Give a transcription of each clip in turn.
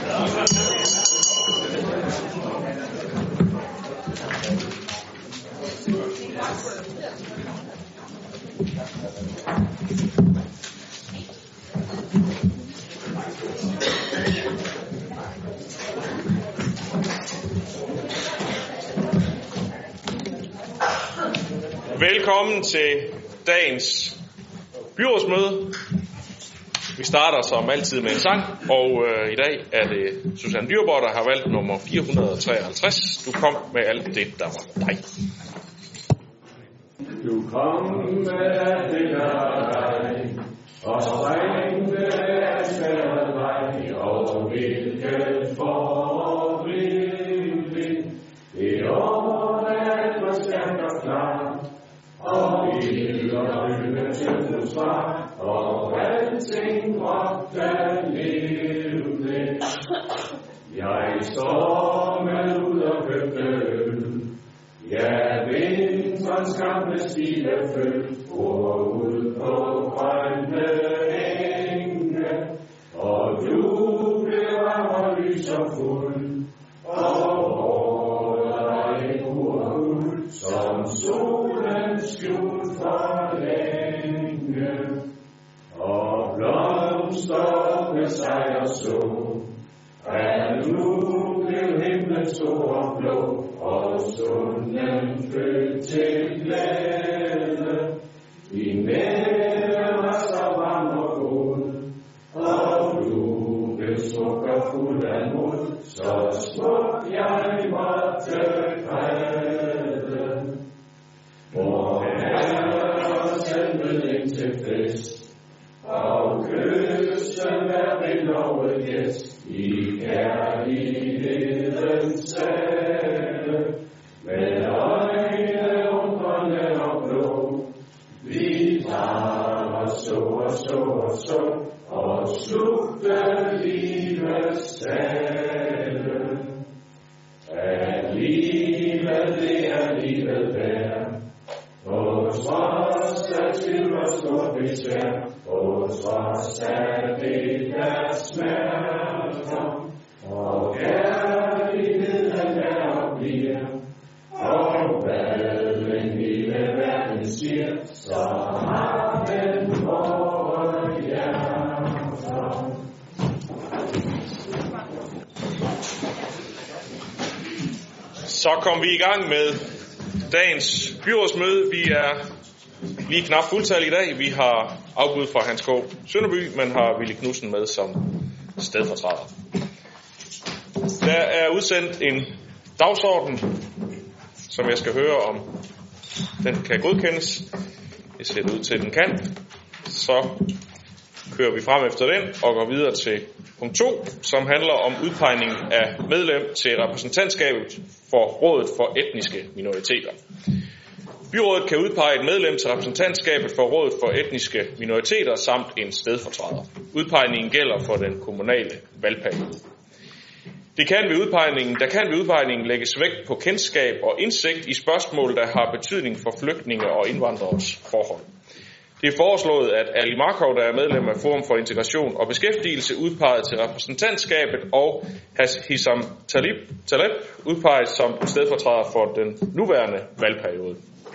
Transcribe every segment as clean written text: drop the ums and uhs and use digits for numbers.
Velkommen til dagens byrådsmøde. Vi starter som altid med en sang, og i dag er det Susanne Dyrborg, der har valgt nummer 453. Du kom med alt det, der var dig. Du kom med alt det, der var dig, og sprængte af sværet vej, og hvilket forblivning. Det overalt var stærkt og klart, og ild og hylde til du svar, og alting råbte levende. Jeg står med ud og købte øl, ja, vinterens gamle stile følt, går ud på grønne enge, og du blev varm og lys og fuld, og som solen skjult for længe, og blomster med sejr så, at nu blev himlen stor og blå, og stunden følte til glæde. Din næve var så varm og god, og du blev smuk og fuld af mod, så smuk jeg måtte græde. Vor Herre sendte ind til fest, og kyssen hver belovet gæst i kærlighedens sale. Med øjne undrende og blå, vi tager og slugte livets sale. At livet, det er livet værd, på trods af tvivl og stort besvær, på trods af det der smerter, og kærligheden er og bliver, og hvad den hele verden siger, så har den vore hjerter. Så kom vi i gang med dagens byrådsmøde. Vi er lige knap fuldtal i dag. Vi har afbud fra Hans K. Sønderby, men har Willy Knudsen med som stedfortræder. Der er udsendt en dagsorden, som jeg skal høre om den kan godkendes. Det ser det ud til, den kan. Så kører vi frem efter den og går videre til punkt 2, som handler om udpegning af medlem til repræsentantskabet for Rådet for Etniske Minoriteter. Byrådet kan udpege et medlem til repræsentantskabet for Rådet for Etniske Minoriteter samt en stedfortræder. Udpegningen gælder for den kommunale valgperiode. Der kan ved udpegningen lægges vægt på kendskab og indsigt i spørgsmål, der har betydning for flygtninge og indvandreres forhold. Det er foreslået, at Ali Markov, der er medlem af Forum for Integration og Beskæftigelse, udpeget til repræsentantskabet, og Hissam Taleb udpeget som stedfortræder for den nuværende valgperiode.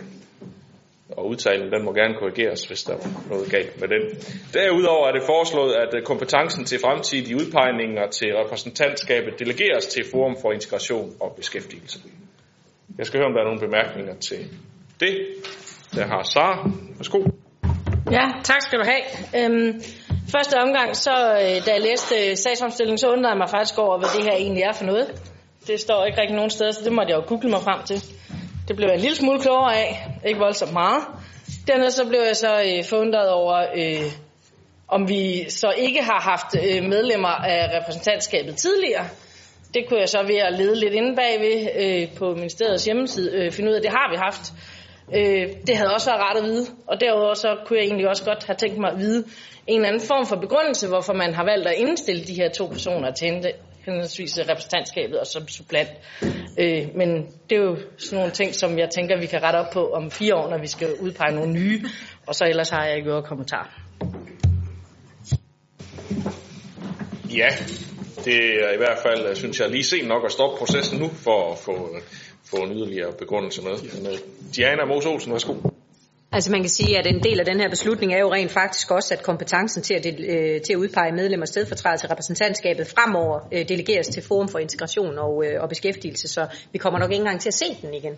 Og udtalen, den må gerne korrigeres, hvis der er noget galt med den. Derudover er det foreslået, at kompetencen til fremtidige udpegninger til repræsentantskabet delegeres til Forum for Integration og Beskæftigelse. Jeg skal høre, om der er nogle bemærkninger til det. Der har Sara. Værsgo. Ja, tak skal du have. Første omgang, så da jeg læste sagsfremstillingen, så undrede jeg mig faktisk over, hvad det her egentlig er for noget. Det står ikke rigtig nogen steder, så det måtte jeg jo google mig frem til. Det blev jeg en lille smule klogere af, ikke voldsomt meget. Dernæst så blev jeg så forundret over, om vi så ikke har haft medlemmer af repræsentantskabet tidligere. Det kunne jeg så ved at lede lidt inde bagved på ministeriets hjemmeside finde ud af, det har vi haft. Det havde også været rart at vide, og derudover så kunne jeg egentlig også godt have tænkt mig at vide en eller anden form for begrundelse, hvorfor man har valgt at indstille de her 2 personer til henholdsvis repræsentantskabet og som supplant. Men det er jo sådan nogle ting, som jeg tænker, vi kan rette op på om 4 år, når vi skal udpege nogle nye, og så ellers har jeg ikke noget kommentar. Ja, det er i hvert fald, synes jeg, lige sent nok at stoppe processen nu, for at få en yderligere begrundelse med. Diana Mose Olsen, værsgo. Altså man kan sige, at en del af den her beslutning er jo rent faktisk også, at kompetencen til at udpege medlemmer og stedfortrædere til repræsentantskabet fremover delegeres til Forum for Integration og Beskæftigelse, så vi kommer nok ikke engang til at se den igen.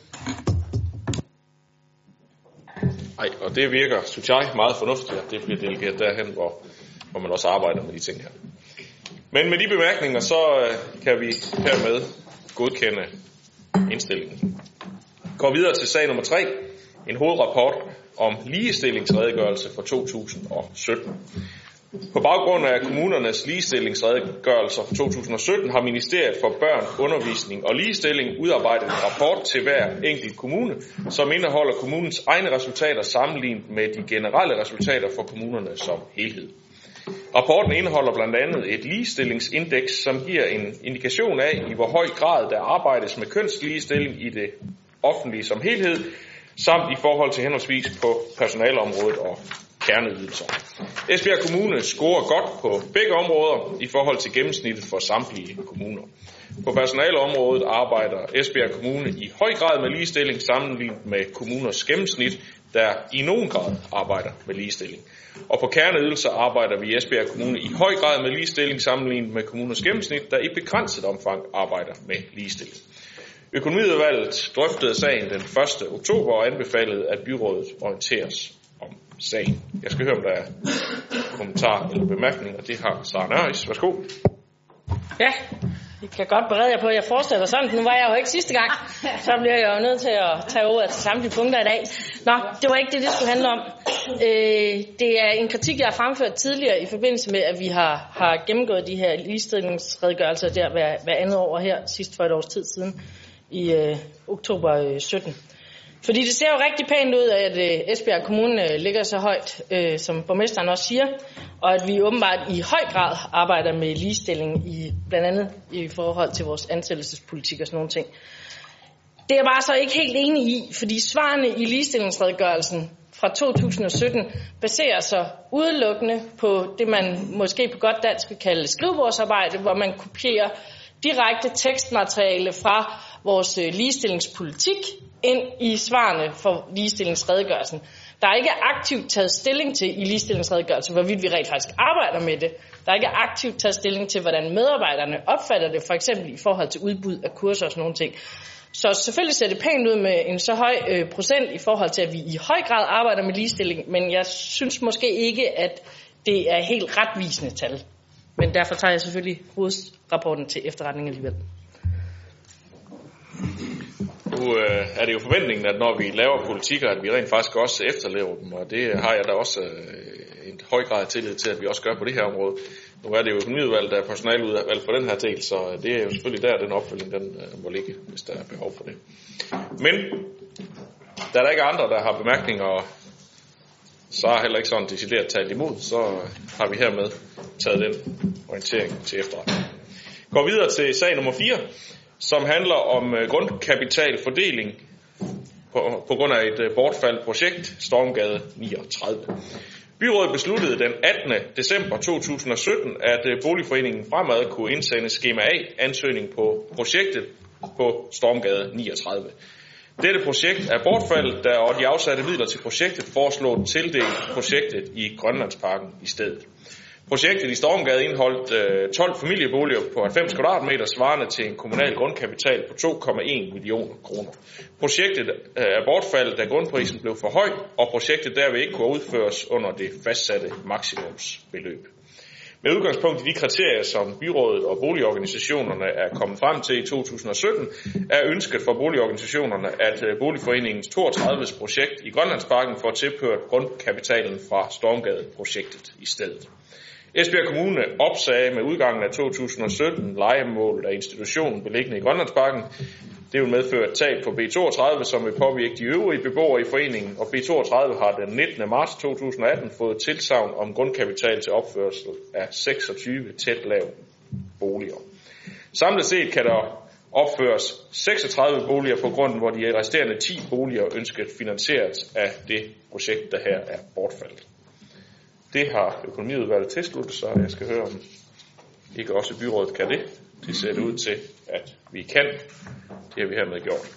Nej, og det virker, synes jeg, meget fornuftigt, at det bliver delegeret derhen, hvor man også arbejder med de ting her. Men med de bemærkninger, så kan vi hermed godkende indstillingen. Går videre til sag nummer 3, en hovedrapport om ligestillingsredegørelse for 2017. På baggrund af kommunernes ligestillingsredegørelser for 2017 har Ministeriet for Børn, Undervisning og Ligestilling udarbejdet en rapport til hver enkelt kommune, som indeholder kommunens egne resultater sammenlignet med de generelle resultater for kommunerne som helhed. Rapporten indeholder blandt andet et ligestillingsindeks, som giver en indikation af, i hvor høj grad der arbejdes med kønsligestilling i det offentlige som helhed, samt i forhold til henholdsvis på personaleområdet og kerneydelser. Esbjerg Kommune scorer godt på begge områder i forhold til gennemsnittet for samtlige kommuner. På personaleområdet arbejder Esbjerg Kommune i høj grad med ligestilling sammenlignet med kommuners gennemsnit, der i nogen grad arbejder med ligestilling. Og på kerneydelser arbejder vi i Esbjerg Kommune i høj grad med ligestilling sammenlignet med kommuners gennemsnit, der i begrænset omfang arbejder med ligestilling. Økonomiudvalget drøftede sagen den 1. oktober og anbefalede, at byrådet orienteres om sagen. Jeg skal høre, om der er kommentarer eller bemærkninger. Det har Sara Nørris. Værsgo. Ja, I kan godt berede jer på, at jeg fortsætter sådan. Nu var jeg jo ikke sidste gang. Så bliver jeg jo nødt til at tage ordet til samtlige punkter i dag. Nå, det var ikke det skulle handle om. Det er en kritik, jeg har fremført tidligere i forbindelse med, at vi har gennemgået de her ligestillingsredegørelser der hver andet år her, sidst for et års tid siden, i oktober 17. Fordi det ser jo rigtig pænt ud af, at Esbjerg Kommune ligger så højt, som borgmesteren også siger, og at vi åbenbart i høj grad arbejder med ligestilling, blandt andet i forhold til vores ansættelsespolitik og sådan nogle ting. Det er jeg bare så ikke helt enig i, fordi svarene i ligestillingsredegørelsen fra 2017 baserer sig udelukkende på det, man måske på godt dansk vil kalde skrivebordsarbejde, hvor man kopierer direkte tekstmateriale fra vores ligestillingspolitik ind i svarene for ligestillingsredegørelsen. Der er ikke aktivt taget stilling til i ligestillingsredegørelsen, hvorvidt vi rent faktisk arbejder med det. Der er ikke aktivt taget stilling til, hvordan medarbejderne opfatter det, for eksempel i forhold til udbud af kurser og sådan nogle ting. Så selvfølgelig ser det pænt ud med en så høj procent i forhold til, at vi i høj grad arbejder med ligestilling, men jeg synes måske ikke, at det er helt retvisende tal. Men derfor tager jeg selvfølgelig hovedrapporten til efterretning alligevel. Nu er det jo forventningen, at når vi laver politikker, at vi rent faktisk også efterlever dem, og det har jeg da også en høj grad af tillid til, at vi også gør på det her område. Nu er det jo økonomiudvalget, der er personaleudvalg for den her del, så det er jo selvfølgelig der, den opfølging den må ligge, hvis der er behov for det. Men da der ikke er andre, der har bemærkninger, og så er heller ikke sådan decideret talt imod, så har vi hermed taget den orientering til efterretning. Går videre til sag nummer 4, som handler om grundkapitalfordeling på grund af et bortfaldt projekt, Stormgade 39. Byrådet besluttede den 18. december 2017, at boligforeningen fremad kunne indsende skema A-ansøgning på projektet på Stormgade 39. Dette projekt er bortfaldet, og de afsatte midler til projektet foreslået tildelt projektet i Grønlandsparken i stedet. Projektet i Stormgade indeholdt 12 familieboliger på 90 kvadratmeter, svarende til en kommunal grundkapital på 2,1 millioner kroner. Projektet er bortfaldet, da grundprisen blev for høj, og projektet derved ikke kunne udføres under det fastsatte maksimumsbeløb. Med udgangspunkt i de kriterier, som byrådet og boligorganisationerne er kommet frem til i 2017, er ønsket for boligorganisationerne, at boligforeningens 32. projekt i Grønlandsparken får tilført grundkapitalen fra Stormgade-projektet i stedet. Esbjerg Kommune opsagde med udgangen af 2017 lejemålet af institutionen beliggende i Grønlandsparken. Det vil medføre et tab på B32, som vil påvirke de øvrige beboere i foreningen, og B32 har den 19. marts 2018 fået tilsagn om grundkapital til opførsel af 26 tæt lav boliger. Samlet set kan der opføres 36 boliger på grunden, hvor de resterende 10 boliger ønsket finansieret af det projekt, der her er bortfaldet. Det har økonomiudvalget tilsluttet, så jeg skal høre, om ikke også byrådet kan det. Det ser det ud til, at vi kan. Det har vi hermed gjort.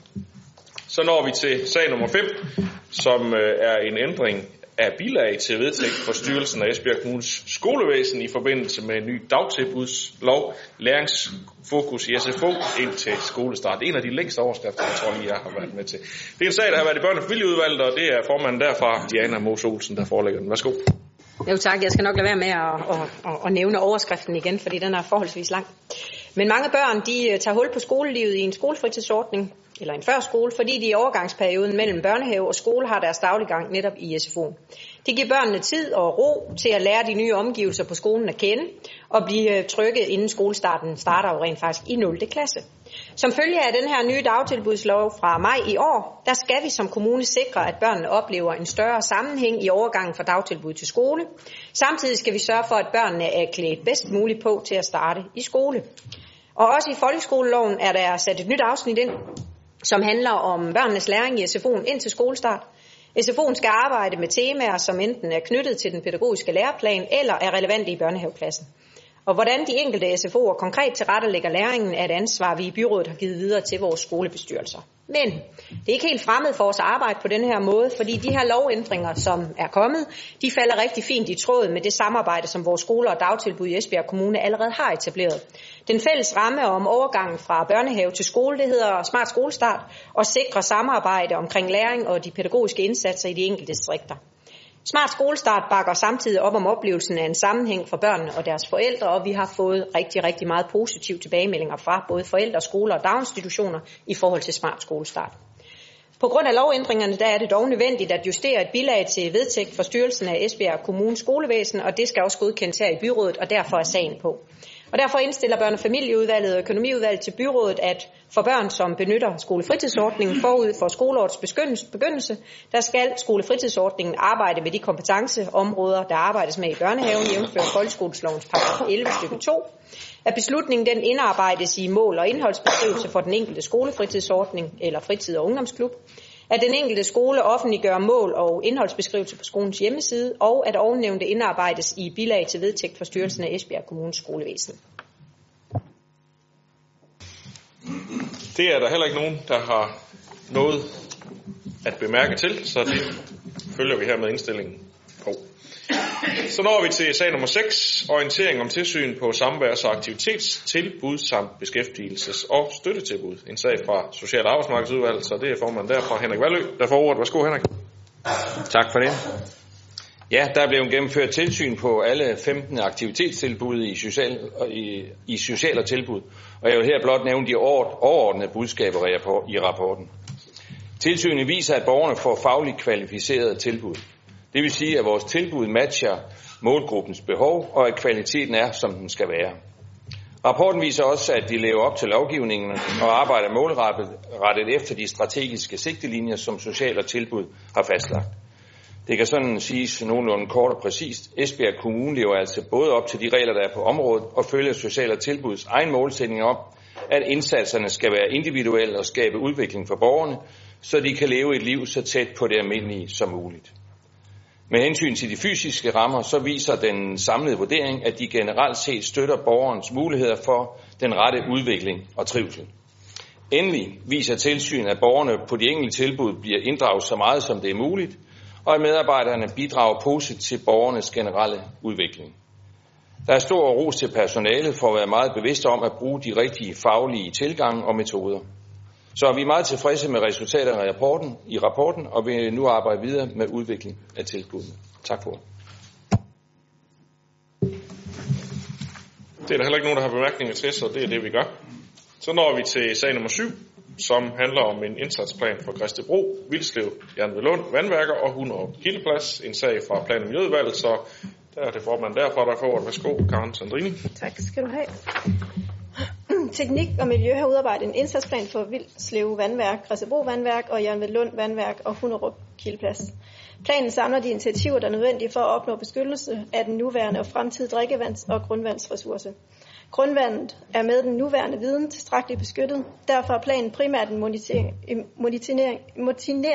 Så når vi til sag nummer 5, som er en ændring af bilag til vedtægt for styrelsen af Esbjerg Kommunes skolevæsen i forbindelse med en ny dagtilbudslov, læringsfokus i SFO indtil skolestart. En af de længste overskrifter, jeg tror lige, jeg har været med til. Det er en sag, der har været i børne- og familieudvalget, og det er formanden derfra, Diana Mose Olsen, der forelægger den. Værsgo. Jo tak, jeg skal nok lade være med at nævne overskriften igen, fordi den er forholdsvis lang. Men mange børn, de tager hul på skolelivet i en skolefritidsordning, eller en førskole, fordi de i overgangsperioden mellem børnehave og skole har deres dagliggang netop i SFO. Det giver børnene tid og ro til at lære de nye omgivelser på skolen at kende, og blive trygge inden skolestarten starter jo rent faktisk i 0. klasse. Som følge af den her nye dagtilbudslov fra maj i år, der skal vi som kommune sikre, at børnene oplever en større sammenhæng i overgangen fra dagtilbud til skole. Samtidig skal vi sørge for, at børnene er klædt bedst muligt på til at starte i skole. Og også i folkeskoleloven er der sat et nyt afsnit ind, som handler om børnenes læring i SFO'en indtil skolestart. SFO'en skal arbejde med temaer, som enten er knyttet til den pædagogiske læreplan eller er relevante i børnehaveklassen. Og hvordan de enkelte SFO'er konkret tilrettelægger læringen er et ansvar, vi i byrådet har givet videre til vores skolebestyrelser. Men det er ikke helt fremmed for os at arbejde på den her måde, fordi de her lovændringer, som er kommet, de falder rigtig fint i tråd med det samarbejde, som vores skoler og dagtilbud i Esbjerg Kommune allerede har etableret. Den fælles ramme om overgangen fra børnehave til skole, det hedder Smart Skolestart, og sikrer samarbejde omkring læring og de pædagogiske indsatser i de enkelte distrikter. Smart Skolestart bakker samtidig op om oplevelsen af en sammenhæng for børnene og deres forældre, og vi har fået rigtig meget positive tilbagemeldinger fra både forældre, skoler og daginstitutioner i forhold til Smart Skolestart. På grund af lovændringerne der er det dog nødvendigt at justere et bilag til vedtægt for styrelsen af Esbjerg Kommunes skolevæsen, og det skal også godkendes her i byrådet, og derfor er sagen på. Og derfor indstiller børne- og familieudvalget og økonomiudvalget til byrådet, at for børn, som benytter skolefritidsordningen forud for skoleårets begyndelse, der skal skolefritidsordningen arbejde med de kompetenceområder, der arbejdes med i børnehaven, jævnfør folkeskolelovens paragraf 11 stykke 2. At beslutningen den indarbejdes i mål- og indholdsbeskrivelse for den enkelte skolefritidsordning eller fritid- og ungdomsklub. At den enkelte skole offentliggør mål- og indholdsbeskrivelse på skolens hjemmeside, og at ovennævnte indarbejdes i bilag til vedtægt for styrelsen af Esbjerg Kommunes skolevæsen. Det er der heller ikke nogen, der har noget at bemærke til, så det følger vi her med indstillingen på. Så når vi til sag nummer 6, orientering om tilsyn på samværs- og aktivitetstilbud samt beskæftigelses- og støttetilbud. En sag fra Social- og Arbejdsmarkedsudvalget, så det er formanden derfra, Henrik Vallø, der får ordet. Værsgo, Henrik. Tak for det. Ja, der blev gennemført tilsyn på alle 15 aktivitetstilbud i social og tilbud, og jeg vil her blot nævne de overordnede budskaber i rapporten. Tilsynet viser, at borgerne får fagligt kvalificerede tilbud. Det vil sige, at vores tilbud matcher målgruppens behov, og at kvaliteten er, som den skal være. Rapporten viser også, at de lever op til lovgivningen og arbejder målrettet efter de strategiske sigtelinjer, som social og tilbud har fastlagt. Det kan sådan siges nogenlunde kort og præcist. Esbjerg Kommune lever altså både op til de regler, der er på området, og følger social og tilbuds egen målsætning om, at indsatserne skal være individuelle og skabe udvikling for borgerne, så de kan leve et liv så tæt på det almindelige som muligt. Med hensyn til de fysiske rammer, så viser den samlede vurdering, at de generelt set støtter borgerens muligheder for den rette udvikling og trivsel. Endelig viser tilsyn, at borgerne på de enkelte tilbud bliver inddraget så meget som det er muligt, og at medarbejderne bidrager positivt til borgernes generelle udvikling. Der er stor ros til personalet for at være meget bevidste om at bruge de rigtige faglige tilgange og metoder. Så vi er meget tilfredse med resultaterne i rapporten, og vil nu arbejde videre med udvikling af tilbuddene. Tak for. Det er der heller ikke nogen, der har bemærkninger til, så det er det, vi gør. Så når vi til sag nummer 7, som handler om en indsatsplan for Græstebro, Vilslev, Jernvedlund, Vandværker og Hunderup Kildeplads. En sag fra Plan- og Miljøudvalget, så der er det formand derfra, der får ordet. Værsgo, Karen Sandrini. Tak skal du have. Teknik og Miljø har udarbejdet en indsatsplan for Vilslev Vandværk, Græstebro Vandværk og Jernvedlund Vandværk og Hunderup Kildeplads. Planen samler de initiativer, der er nødvendige for at opnå beskyttelse af den nuværende og fremtidige drikkevands- og grundvandsressource. Grundvandet er med den nuværende viden tilstrækkeligt beskyttet. Derfor er planen primært en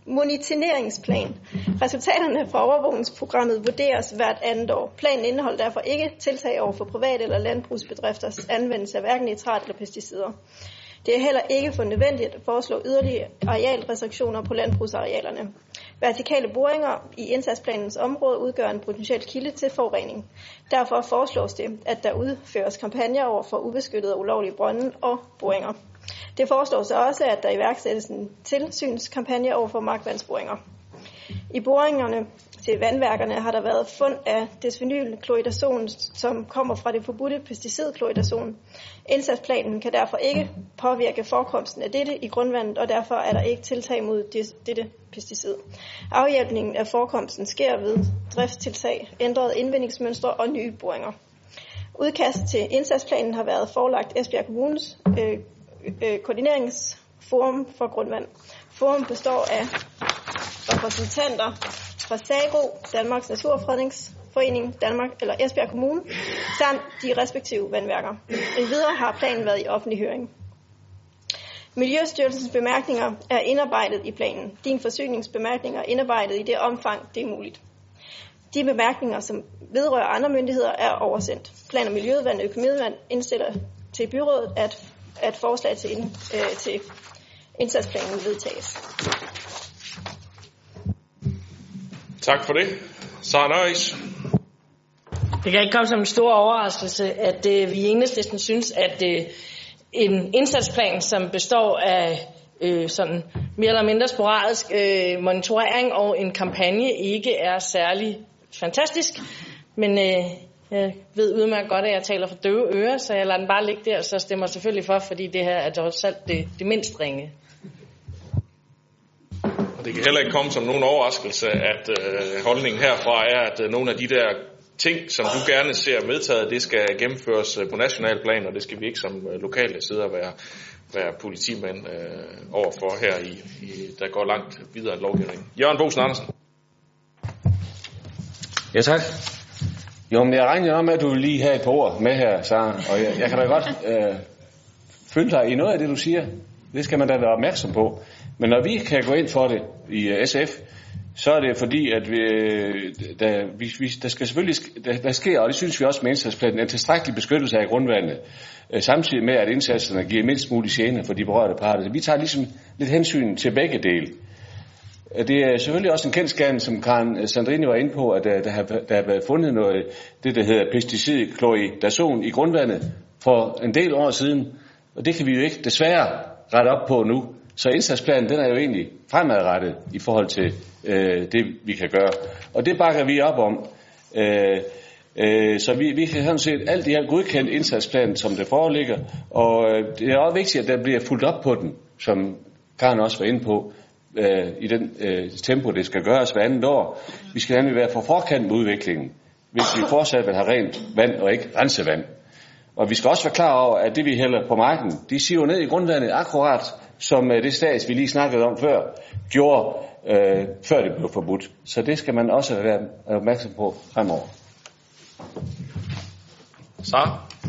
monitoreringsplan. Resultaterne fra overvågningsprogrammet vurderes hvert andet år. Planen indeholder derfor ikke tiltag over for private eller landbrugsbedrifters anvendelse af hverken nitrat eller pesticider. Det er heller ikke for nødvendigt at foreslå yderligere arealrestriktioner på landbrugsarealerne. Vertikale boringer i indsatsplanens område udgør en potentiel kilde til forurening. Derfor foreslås det, at der udføres kampagner over for ubeskyttede og ulovlige brønde og boringer. Det foreslås også, at der iværksættes en tilsynskampagne over for markvandsboringer. I boringerne til vandværkerne har der været fund af desphenylchloridazon, som kommer fra det forbudte pesticidchloridazon. Indsatsplanen kan derfor ikke påvirke forekomsten af dette i grundvandet, og derfor er der ikke tiltag mod dette pesticid. Afhjælpningen af forekomsten sker ved driftstiltag, ændrede indvindingsmønstre og nye boringer. Udkast til indsatsplanen har været forelagt Esbjerg Kommunes koordineringsforum for grundvand. Forum består af repræsentanter fra SAGRO, Danmarks Naturfredningsforening, Danmark eller Esbjerg Kommune, samt de respektive vandværker. Endvidere har planen været i offentlig høring. Miljøstyrelsens bemærkninger er indarbejdet i planen. Din forsyningsbemærkninger er indarbejdet i det omfang, det er muligt. De bemærkninger, som vedrører andre myndigheder, er oversendt. Plan- og Miljøudvalg og Økonomiudvalg indstiller til byrådet, at forslag til indsatsplanen vedtages. Tak for det. Sara Nøjes. Det kan ikke komme som en stor overraskelse, at vi i Enhedslisten synes, at en indsatsplan, som består af sådan mere eller mindre sporadisk monitorering og en kampagne, ikke er særlig fantastisk. Men jeg ved udmærket godt, at jeg taler for døve ører, så jeg lader den bare ligge der, så stemmer selvfølgelig for, fordi det her er dog selv det mindst ringe. Det kan heller ikke komme som nogen overraskelse, at holdningen herfra er, at nogle af de der ting, som du gerne ser vedtaget, det skal gennemføres på national plan, og det skal vi ikke som lokale sider være politimænd overfor her, der går langt videre end lovgivningen. Jørgen Bosen Andersen. Ja, tak. Jo, men jeg regner jo med, at du lige have et par ord med her, Sara, og jeg kan da godt følge dig i noget af det, du siger. Det skal man da være opmærksom på. Men når vi kan gå ind for det i SF, så er det fordi, at der skal selvfølgelig, der sker, og det synes vi også med indsatsplanen, en tilstrækkelig beskyttelse af grundvandet, samtidig med, at indsatserne giver mindst mulig gene for de berørte parter. Vi tager ligesom lidt hensyn til begge dele. Det er selvfølgelig også en kendsgerning, som Karen Sandrini var inde på, at der har været fundet noget, det der hedder pesticidchloridazon i grundvandet for en del år siden, og det kan vi jo ikke desværre rette op på nu. Så indsatsplanen, den er jo egentlig fremadrettet i forhold til det, vi kan gøre. Og det bakker vi op om. Så vi kan sådan set alt det her godkendt indsatsplanen, som det foreligger. Og det er også vigtigt, at der bliver fulgt op på den, som Karen også var inde på, i den tempo, det skal gøres hver andet år. Vi skal nemlig være for forkant med udviklingen, hvis vi fortsat vil have rent vand og ikke rensevand. Og vi skal også være klar over, at det vi hælder på marken, de siver ned i grundvandet akkurat, som det stads, vi lige snakkede om før, gjorde, før det blev forbudt. Så det skal man også være opmærksom på fremover. Så?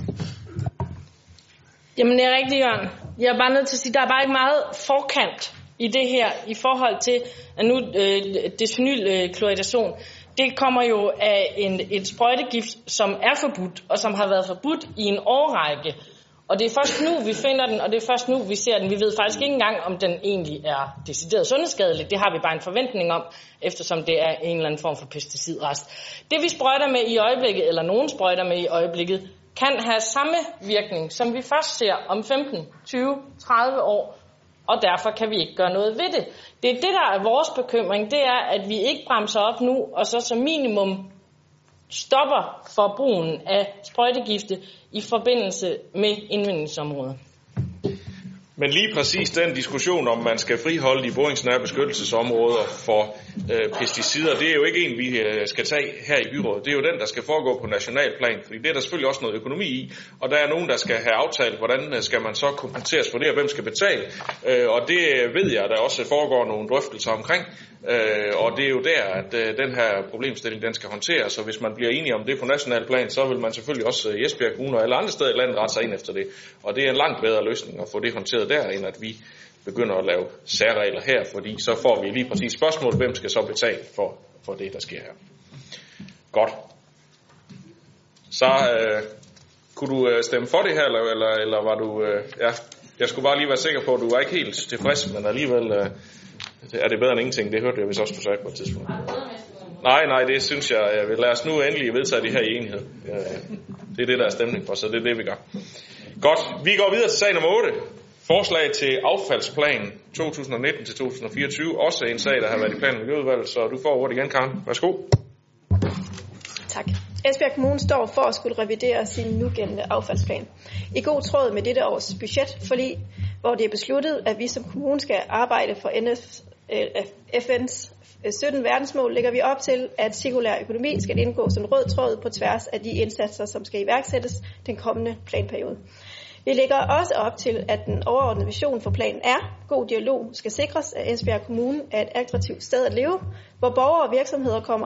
Jamen det er rigtigt, Jørgen. Jeg er bare nødt til at sige, at der er bare ikke meget forkant i det her, i forhold til, at nu desphenylchloridazon, det kommer jo af et sprøjtegift, som er forbudt, og som har været forbudt i en årrække. Og det er først nu, vi finder den, og det er først nu, vi ser den. Vi ved faktisk ikke engang, om den egentlig er decideret sundhedsskadelig. Det har vi bare en forventning om, eftersom det er en eller anden form for pesticidrest. Det vi sprøjter med i øjeblikket, eller nogen sprøjter med i øjeblikket, kan have samme virkning, som vi først ser om 15, 20, 30 år. Og derfor kan vi ikke gøre noget ved det. Det er det, der er vores bekymring. Det er, at vi ikke bremser op nu, og så som minimum stopper for brugen af sprøjtegifte i forbindelse med indvindingsområder. Men lige præcis den diskussion, om man skal friholde de boringsnære beskyttelsesområder for pesticider, det er jo ikke en, vi skal tage her i byrådet. Det er jo den, der skal foregå på national plan, fordi det er der selvfølgelig også noget økonomi i, og der er nogen, der skal have aftalt, hvordan skal man så kompenseres for det, og hvem skal betale. Og det ved jeg, der også foregår nogle drøftelser omkring, og det er jo der, at den her problemstilling, den skal håndteres, og hvis man bliver enige om det på national plan, så vil man selvfølgelig også i Esbjerg Kommune og alle andre steder i landet rette sig ind efter det. Og det er en langt bedre løsning at få det håndteret der, end at vi begynder at lave særregler her, fordi så får vi lige præcis spørgsmål, hvem skal så betale for det, der sker her. Godt. Så kunne du stemme for det her, eller var du... Jeg skulle bare lige være sikker på, at du var ikke helt tilfreds, men alligevel er det bedre end ingenting. Det hørte jeg, hvis også du sagde på et tidspunkt. Nej, det synes jeg vil. Lad os nu endelig vedtage det her i enighed. Det er det, der er stemning for, så det er det, vi gør. Godt, vi går videre til sag nummer 8. Forslag til affaldsplan 2019-2024. Også en sag, der har været i plan- og miljøudvalget, så du får ordet igen, Karen. Værsgo. Tak. Esbjerg Kommune står for at skulle revidere sin nugældende affaldsplan. I god tråd med dette års budgetforlig, hvor det er besluttet, at vi som kommune skal arbejde for FN's 17 verdensmål, lægger vi op til, at cirkulær økonomi skal indgå som rød tråd på tværs af de indsatser, som skal iværksættes den kommende planperiode. Vi lægger også op til, at den overordnede vision for planen er, god dialog skal sikres, at Esbjerg Kommune er et attraktivt sted at leve, hvor borgere og virksomheder kommer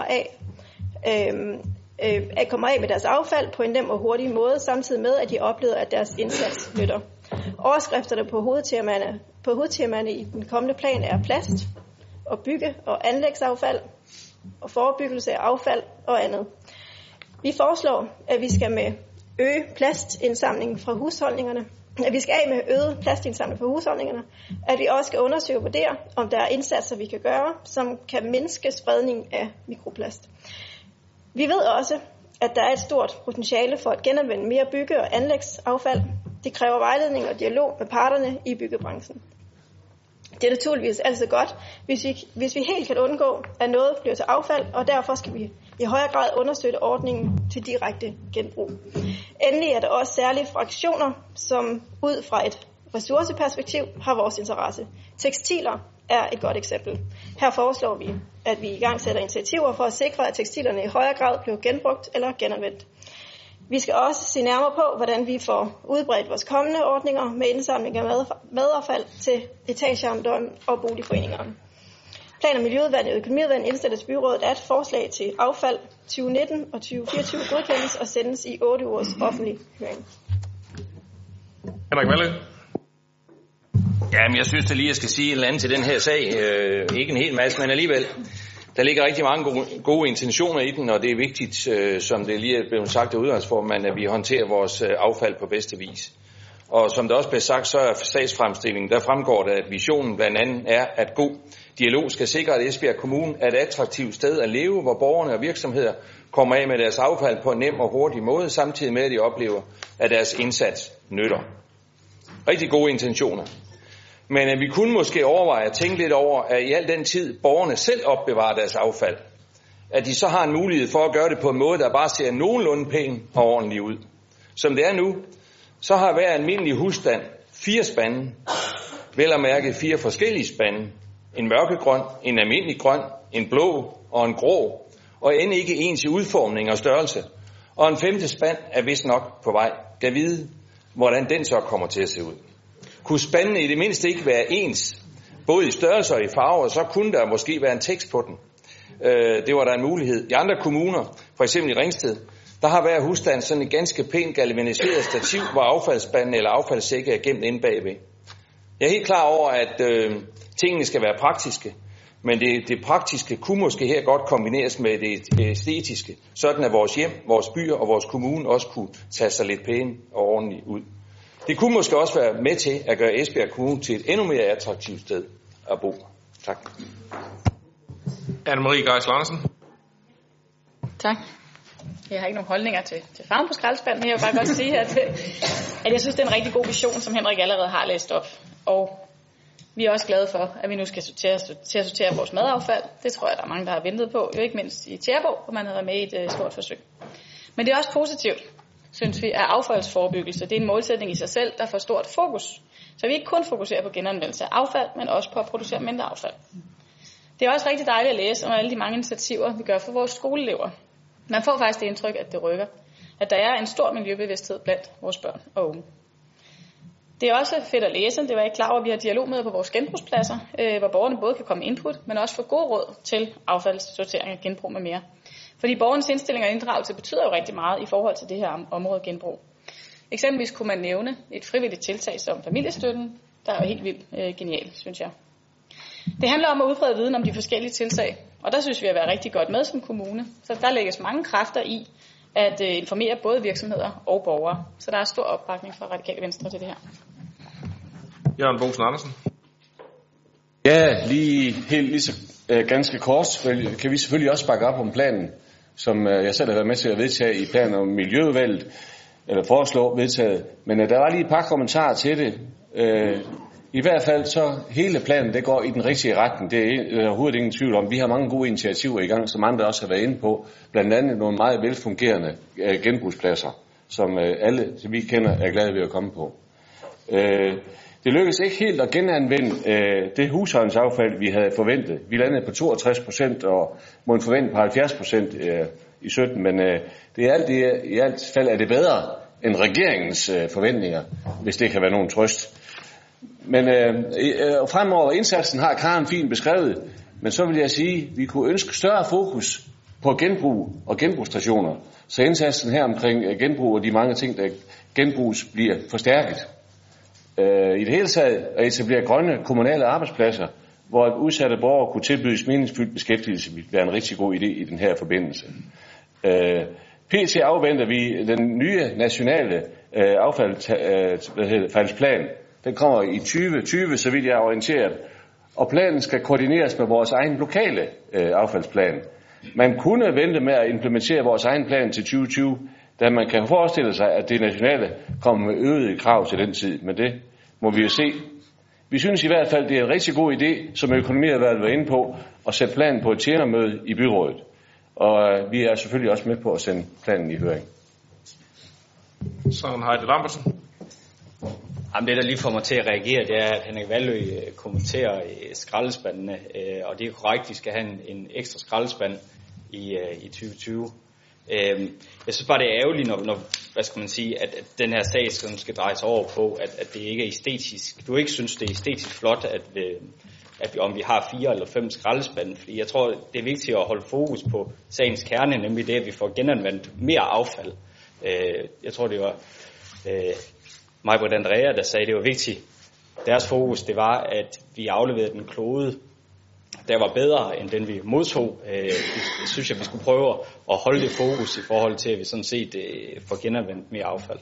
af med deres affald på en nem og hurtig måde, samtidig med, at de oplever, at deres indsats nytter. Overskrifterne på hovedtemaerne i den kommende plan er plast og bygge- og anlægsaffald og forebyggelse af affald og andet. Vi foreslår, at vi skal med øge plastindsamling fra husholdningerne, at vi skal af med øget plastindsamling fra husholdningerne, at vi også skal undersøge og vurdere, om der er indsatser, vi kan gøre, som kan mindske spredning af mikroplast. Vi ved også, at der er et stort potentiale for at genanvende mere bygge- og anlægsaffald. Det kræver vejledning og dialog med parterne i byggebranchen. Det er naturligvis altid godt, hvis vi helt kan undgå, at noget bliver til affald, og derfor skal vi i højere grad understøtte ordningen til direkte genbrug. Endelig er der også særlige fraktioner, som ud fra et ressourceperspektiv har vores interesse. Tekstiler er et godt eksempel. Her foreslår vi, at vi i gang sætter initiativer for at sikre, at tekstilerne i højere grad bliver genbrugt eller genanvendt. Vi skal også se nærmere på, hvordan vi får udbredt vores kommende ordninger med indsamling af madaffald til etageejendomme og boligforeningerne. Plan- og miljøudvalget og økonomiudvalget indstiller til byrådet, at forslag til affald 2019 og 2024 godkendes og sendes i 8 ugers offentlig høring. Henrik Valle. Jamen, jeg synes da lige, jeg skal sige et eller andet til den her sag. Ikke en hel masse, men alligevel. Der ligger rigtig mange gode intentioner i den, og det er vigtigt, som det lige er blevet sagt af udvalgsformanden, at vi håndterer vores affald på bedste vis. Og som det også blev sagt, så er sagsfremstillingen, der fremgår det, at visionen blandt andet er, at god dialog skal sikre, at Esbjerg Kommune er et attraktivt sted at leve, hvor borgerne og virksomheder kommer af med deres affald på en nem og hurtig måde, samtidig med, at de oplever, at deres indsats nytter. Rigtig gode intentioner. Men vi kunne måske overveje at tænke lidt over, at i al den tid borgerne selv opbevarer deres affald, at de så har en mulighed for at gøre det på en måde, der bare ser nogenlunde pæn og ordentlig ud. Som det er nu, så har hver almindelig husstand 4 spande, vel at mærke 4 forskellige spande. En mørkegrøn, en almindelig grøn, en blå og en grå, og end ikke ens i udformning og størrelse. Og en 5. spand er vist nok på vej. Kan vide, hvordan den så kommer til at se ud. Kunne spandene i det mindste ikke være ens, både i størrelse og i farver, så kunne der måske være en tekst på den. Det var der en mulighed. I andre kommuner, for eksempel i Ringsted, der har hver husstand sådan et ganske pænt galvaniseret stativ, hvor affaldsspanden eller affaldssække er gemt inde bagved. Jeg er helt klar over, at tingene skal være praktiske, men det praktiske kunne måske her godt kombineres med det æstetiske, sådan at vores hjem, vores byer og vores kommune også kunne tage sig lidt pænt og ordentligt ud. Det kunne måske også være med til at gøre Esbjerg Kommune til et endnu mere attraktivt sted at bo. Tak. Anne-Marie Geisler-Andersen. Tak. Jeg har ikke nogen holdninger til farven på skraldespanden, men jeg vil bare godt sige, at jeg synes, det er en rigtig god vision, som Henrik allerede har læst op. Og vi er også glade for, at vi nu skal sortere vores madaffald. Det tror jeg, der er mange, der har ventet på, jo ikke mindst i Tjæreborg, hvor man har været med i et stort forsøg. Men det er også positivt, synes vi, at affaldsforebyggelse. Det er en målsætning i sig selv, der får stort fokus. Så vi ikke kun fokuserer på genanvendelse af affald, men også på at producere mindre affald. Det er også rigtig dejligt at læse om alle de mange initiativer, vi gør for vores skoleelever. Man får faktisk det indtryk, at det rykker. At der er en stor miljøbevidsthed blandt vores børn og unge. Det er også fedt at læse. Det var jeg ikke klar over, at vi har dialogmøder på vores genbrugspladser, hvor borgerne både kan komme input, men også få gode råd til affaldssortering og genbrug med mere. Fordi borgernes indstilling og inddragelse betyder jo rigtig meget i forhold til det her område genbrug. Eksempelvis kunne man nævne et frivilligt tiltag som familiestøtten, der er jo helt vildt genial, synes jeg. Det handler om at udbrede viden om de forskellige tiltag, og der synes vi at være rigtig godt med som kommune. Så der lægges mange kræfter i at informere både virksomheder og borgere. Så der er stor opbakning fra Radikale Venstre til det her. Jørgen Bosen Andersen. Ja, lige så ganske kort kan vi selvfølgelig også bakke op om planen, som jeg selv har været med til at vedtage i planen om Miljøudvalget, eller foreslå vedtaget. Men der var lige et par kommentarer til det. I hvert fald så hele planen, det går i den rigtige retning. Det er overhovedet ingen tvivl om. Vi har mange gode initiativer i gang, som andre også har været inde på. Blandt andet nogle meget velfungerende genbrugspladser, som alle, som vi kender, er glade ved at komme på. Det lykkedes ikke helt at genanvende det husholdningsaffald, vi havde forventet. Vi landede på 62% og må en forvente på 70% i 17, men det er i alt fald er det bedre end regeringens forventninger, hvis det kan være nogen trøst. Men fremover indsatsen har Karen fint beskrevet, men så vil jeg sige, at vi kunne ønske større fokus på genbrug og genbrugsstationer, så indsatsen her omkring genbrug og de mange ting, der genbruges, bliver forstærket. I det hele taget at etablere grønne kommunale arbejdspladser, hvor udsatte borgere kunne tilbydes meningsfyldt beskæftigelse, vil være en rigtig god idé i den her forbindelse. PT afventer vi den nye nationale affaldsplan. Den kommer i 2020, så vidt jeg er orienteret. Og planen skal koordineres med vores egen lokale affaldsplan. Man kunne vente med at implementere vores egen plan til 2020, da man kan forestille sig, at det nationale kommer med øgede krav til den tid. Men det må vi jo se. Vi synes i hvert fald, det er en rigtig god idé, som økonomiudvalget var inde på, at sætte planen på et tjenermøde i byrådet. Og vi er selvfølgelig også med på at sende planen i høring. Sådan Heidi Lambertsen. Jamen, det, der lige får mig til at reagere, det er, at Henrik Vallø kommenterer skraldespandene, og det er korrekt, at vi skal have en ekstra skraldespand i 2020. Jeg synes bare, det er ærgerligt, når hvad skal man sige, at den her sag skal drejes over på, at det ikke er æstetisk. Du ikke synes, det er æstetisk flot, om vi har 4 eller 5 skraldespande, fordi jeg tror, det er vigtigt at holde fokus på sagens kerne, nemlig det, at vi får genanvendt mere affald. Jeg tror, det var Maj-Britt Andrea, der sagde, det var vigtigt. Deres fokus, det var, at vi afleverede den klode, der var bedre end den vi modtog. Jeg synes, at vi skulle prøve at holde det fokus i forhold til, at vi sådan set får genanvendt mere affald.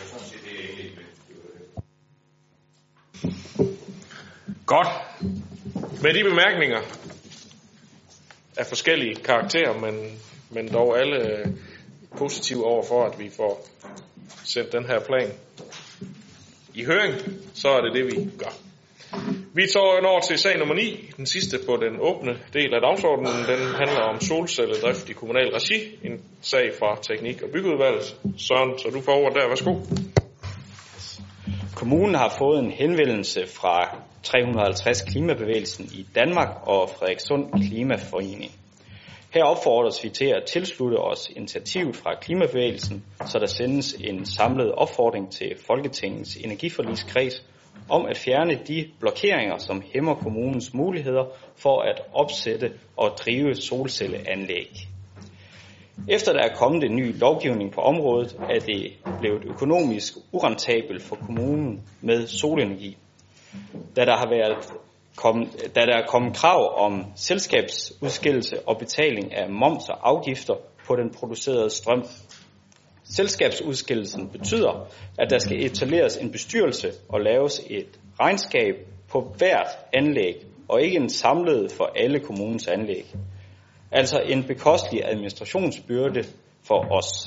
Godt. Med de bemærkninger af forskellige karakterer, men dog alle positive over for, at vi får sendt den her plan i høring, så er det det, vi gør. Vi tager når til sag nummer 9, den sidste på den åbne del af dagsordenen. Den handler om solcelledrift i kommunal regi. En sag fra Teknik- og Byggeudvalget. Søren, så du får ordet der. Værsgo. Kommunen har fået en henvendelse fra 350 Klimabevægelsen i Danmark og Frederikssund Klimaforening. Her opfordres vi til at tilslutte os initiativet fra Klimabevægelsen, så der sendes en samlet opfordring til Folketingets energiforligskreds om at fjerne de blokeringer, som hæmmer kommunens muligheder for at opsætte og drive solcelleanlæg. Efter der er kommet en ny lovgivning på området, er det blevet økonomisk urentabelt for kommunen med solenergi, da der er kommet krav om selskabsudskillelse og betaling af moms og afgifter på den producerede strøm. Selskabsudskillelsen betyder, at der skal etableres en bestyrelse og laves et regnskab på hvert anlæg, og ikke en samlet for alle kommunens anlæg. Altså en bekostelig administrationsbyrde for os.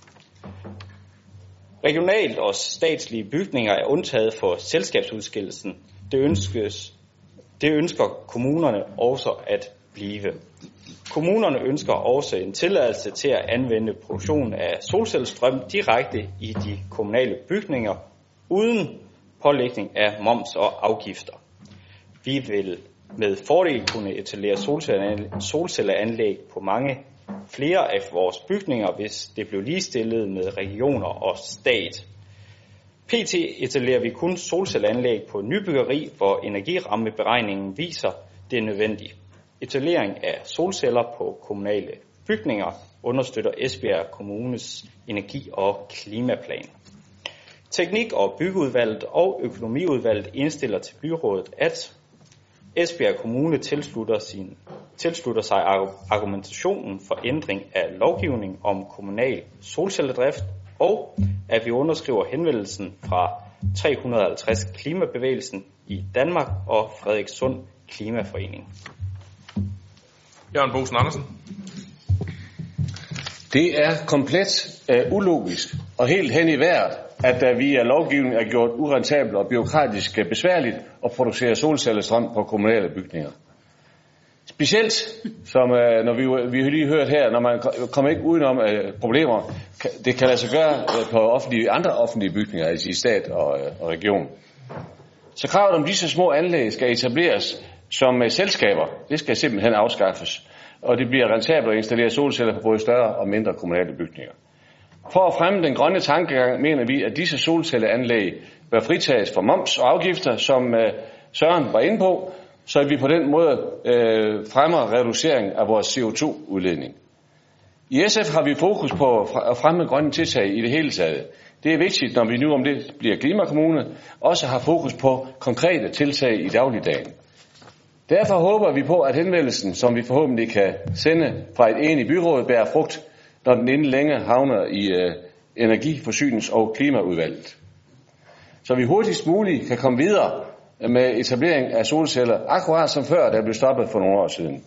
Regionalt og statslige bygninger er undtaget for selskabsudskillelsen. Det ønsker kommunerne også at blive. Kommunerne ønsker også en tilladelse til at anvende produktion af solcellestrøm direkte i de kommunale bygninger, uden pålægning af moms og afgifter. Vi vil med fordel kunne etablere solcelleanlæg på mange flere af vores bygninger, hvis det blev ligestillet med regioner og stat. PT etablerer vi kun solcelleanlæg på nybyggeri, hvor energirammeberegningen viser, det er nødvendigt. Etablering af solceller på kommunale bygninger understøtter Esbjerg Kommunes energi- og klimaplan. Teknik- og byggeudvalget og økonomiudvalget indstiller til byrådet, at Esbjerg Kommune tilslutter sig argumentationen for ændring af lovgivning om kommunal solcelledrift, og at vi underskriver henvendelsen fra 350 Klimabevægelsen i Danmark og Frederikssund Klimaforening. Jørgen Bosen Andersen. Det er komplet ulogisk og helt hen i vejret, at der via lovgivning er gjort urentabelt og byråkratisk besværligt at producere solcellestrøm på kommunale bygninger. Specielt, som når vi har lige hørt her, når man kommer ikke udenom problemer, det kan lade sig gøre på andre offentlige bygninger, altså i stat og region. Så kravet om disse små anlæg skal etableres som selskaber. Det skal simpelthen afskaffes, og det bliver rentabelt at installere solceller på både større og mindre kommunale bygninger. For at fremme den grønne tankegang mener vi, at disse solcelleanlæg bør fritages for moms og afgifter, som Søren var inde på, så vi på den måde fremmer reducering af vores CO2-udledning. I SF har vi fokus på at fremme grønne tiltag i det hele taget. Det er vigtigt, når vi nu om det bliver klimakommune, også har fokus på konkrete tiltag i dagligdagen. Derfor håber vi på, at henvendelsen, som vi forhåbentlig kan sende fra et enigt byråd, bærer frugt, når den inden længe havner i Energi-, Forsynings- og Klimaudvalget. Så vi hurtigst muligt kan komme videre med etablering af solceller, akkurat som før, der blev stoppet for nogle år siden.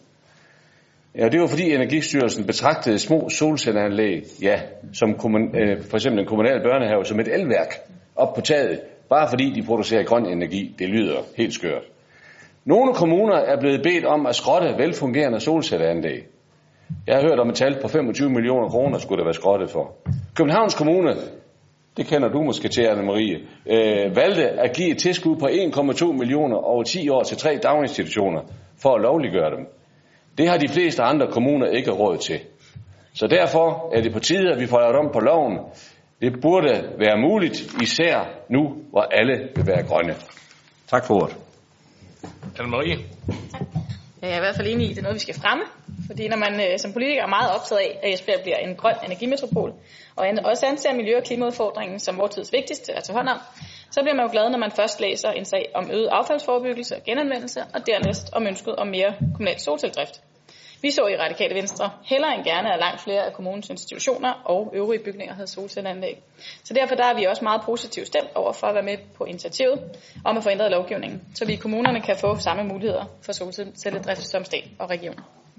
Ja, det var fordi Energistyrelsen betragtede små solcelleanlæg, som for eksempel en kommunal børnehave, som et elværk op på taget, bare fordi de producerer grøn energi. Det lyder helt skørt. Nogle kommuner er blevet bedt om at skrotte velfungerende solcelleanlæg. Jeg har hørt om et tal på 25 millioner kroner skulle der være skrottet for. Københavns Kommune, det kender du måske til, Anne-Marie, valgte at give et tilskud på 1,2 millioner over 10 år til 3 daginstitutioner for at lovliggøre dem. Det har de fleste andre kommuner ikke råd til. Så derfor er det på tide, at vi får lavet om på loven. Det burde være muligt, især nu, hvor alle vil være grønne. Tak for ordet. Anne-Marie. Jeg er i hvert fald enig i, at det er noget, vi skal fremme. Fordi når man som politiker er meget optaget af, at Esbjerg bliver en grøn energimetropol, og også anser miljø- og klimaudfordringen som vores tids vigtigste at tage hånd om, så bliver man jo glad, når man først læser en sag om øget affaldsforebyggelse og genanvendelse, og dernæst om ønsket om mere kommunal solcelledrift. Vi så i Radikale Venstre hellere end gerne, at langt flere af kommunens institutioner og øvrige bygninger havde solcelleanlæg. Så derfor der er vi også meget positivt stemt over for at være med på initiativet om at få ændret lovgivningen, så vi i kommunerne kan få samme muligheder for solcelledrift som stat og region.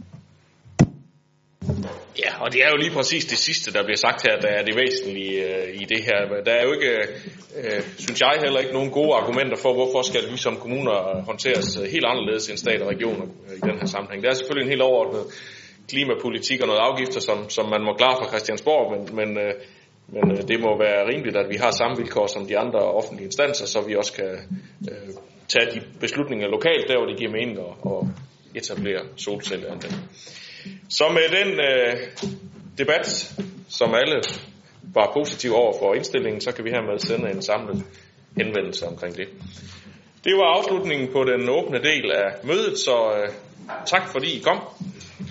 Ja, og det er jo lige præcis det sidste, der bliver sagt her, der er det væsentlige i det her. Der er jo ikke, synes jeg heller ikke, nogen gode argumenter for, hvorfor skal vi som kommuner håndteres helt anderledes end stat og regioner i den her sammenhæng. Der er selvfølgelig en helt overordnet klimapolitik og noget afgifter, som man må klare fra Christiansborg, men det må være rimeligt, at vi har samme vilkår som de andre offentlige instanser, så vi også kan tage de beslutninger lokalt, der hvor det giver mening at etablere solcelleanlæg. Så med den debat, som alle var positive over for indstillingen, så kan vi hermed sende en samlet henvendelse omkring det. Det var afslutningen på den åbne del af mødet, så tak fordi I kom.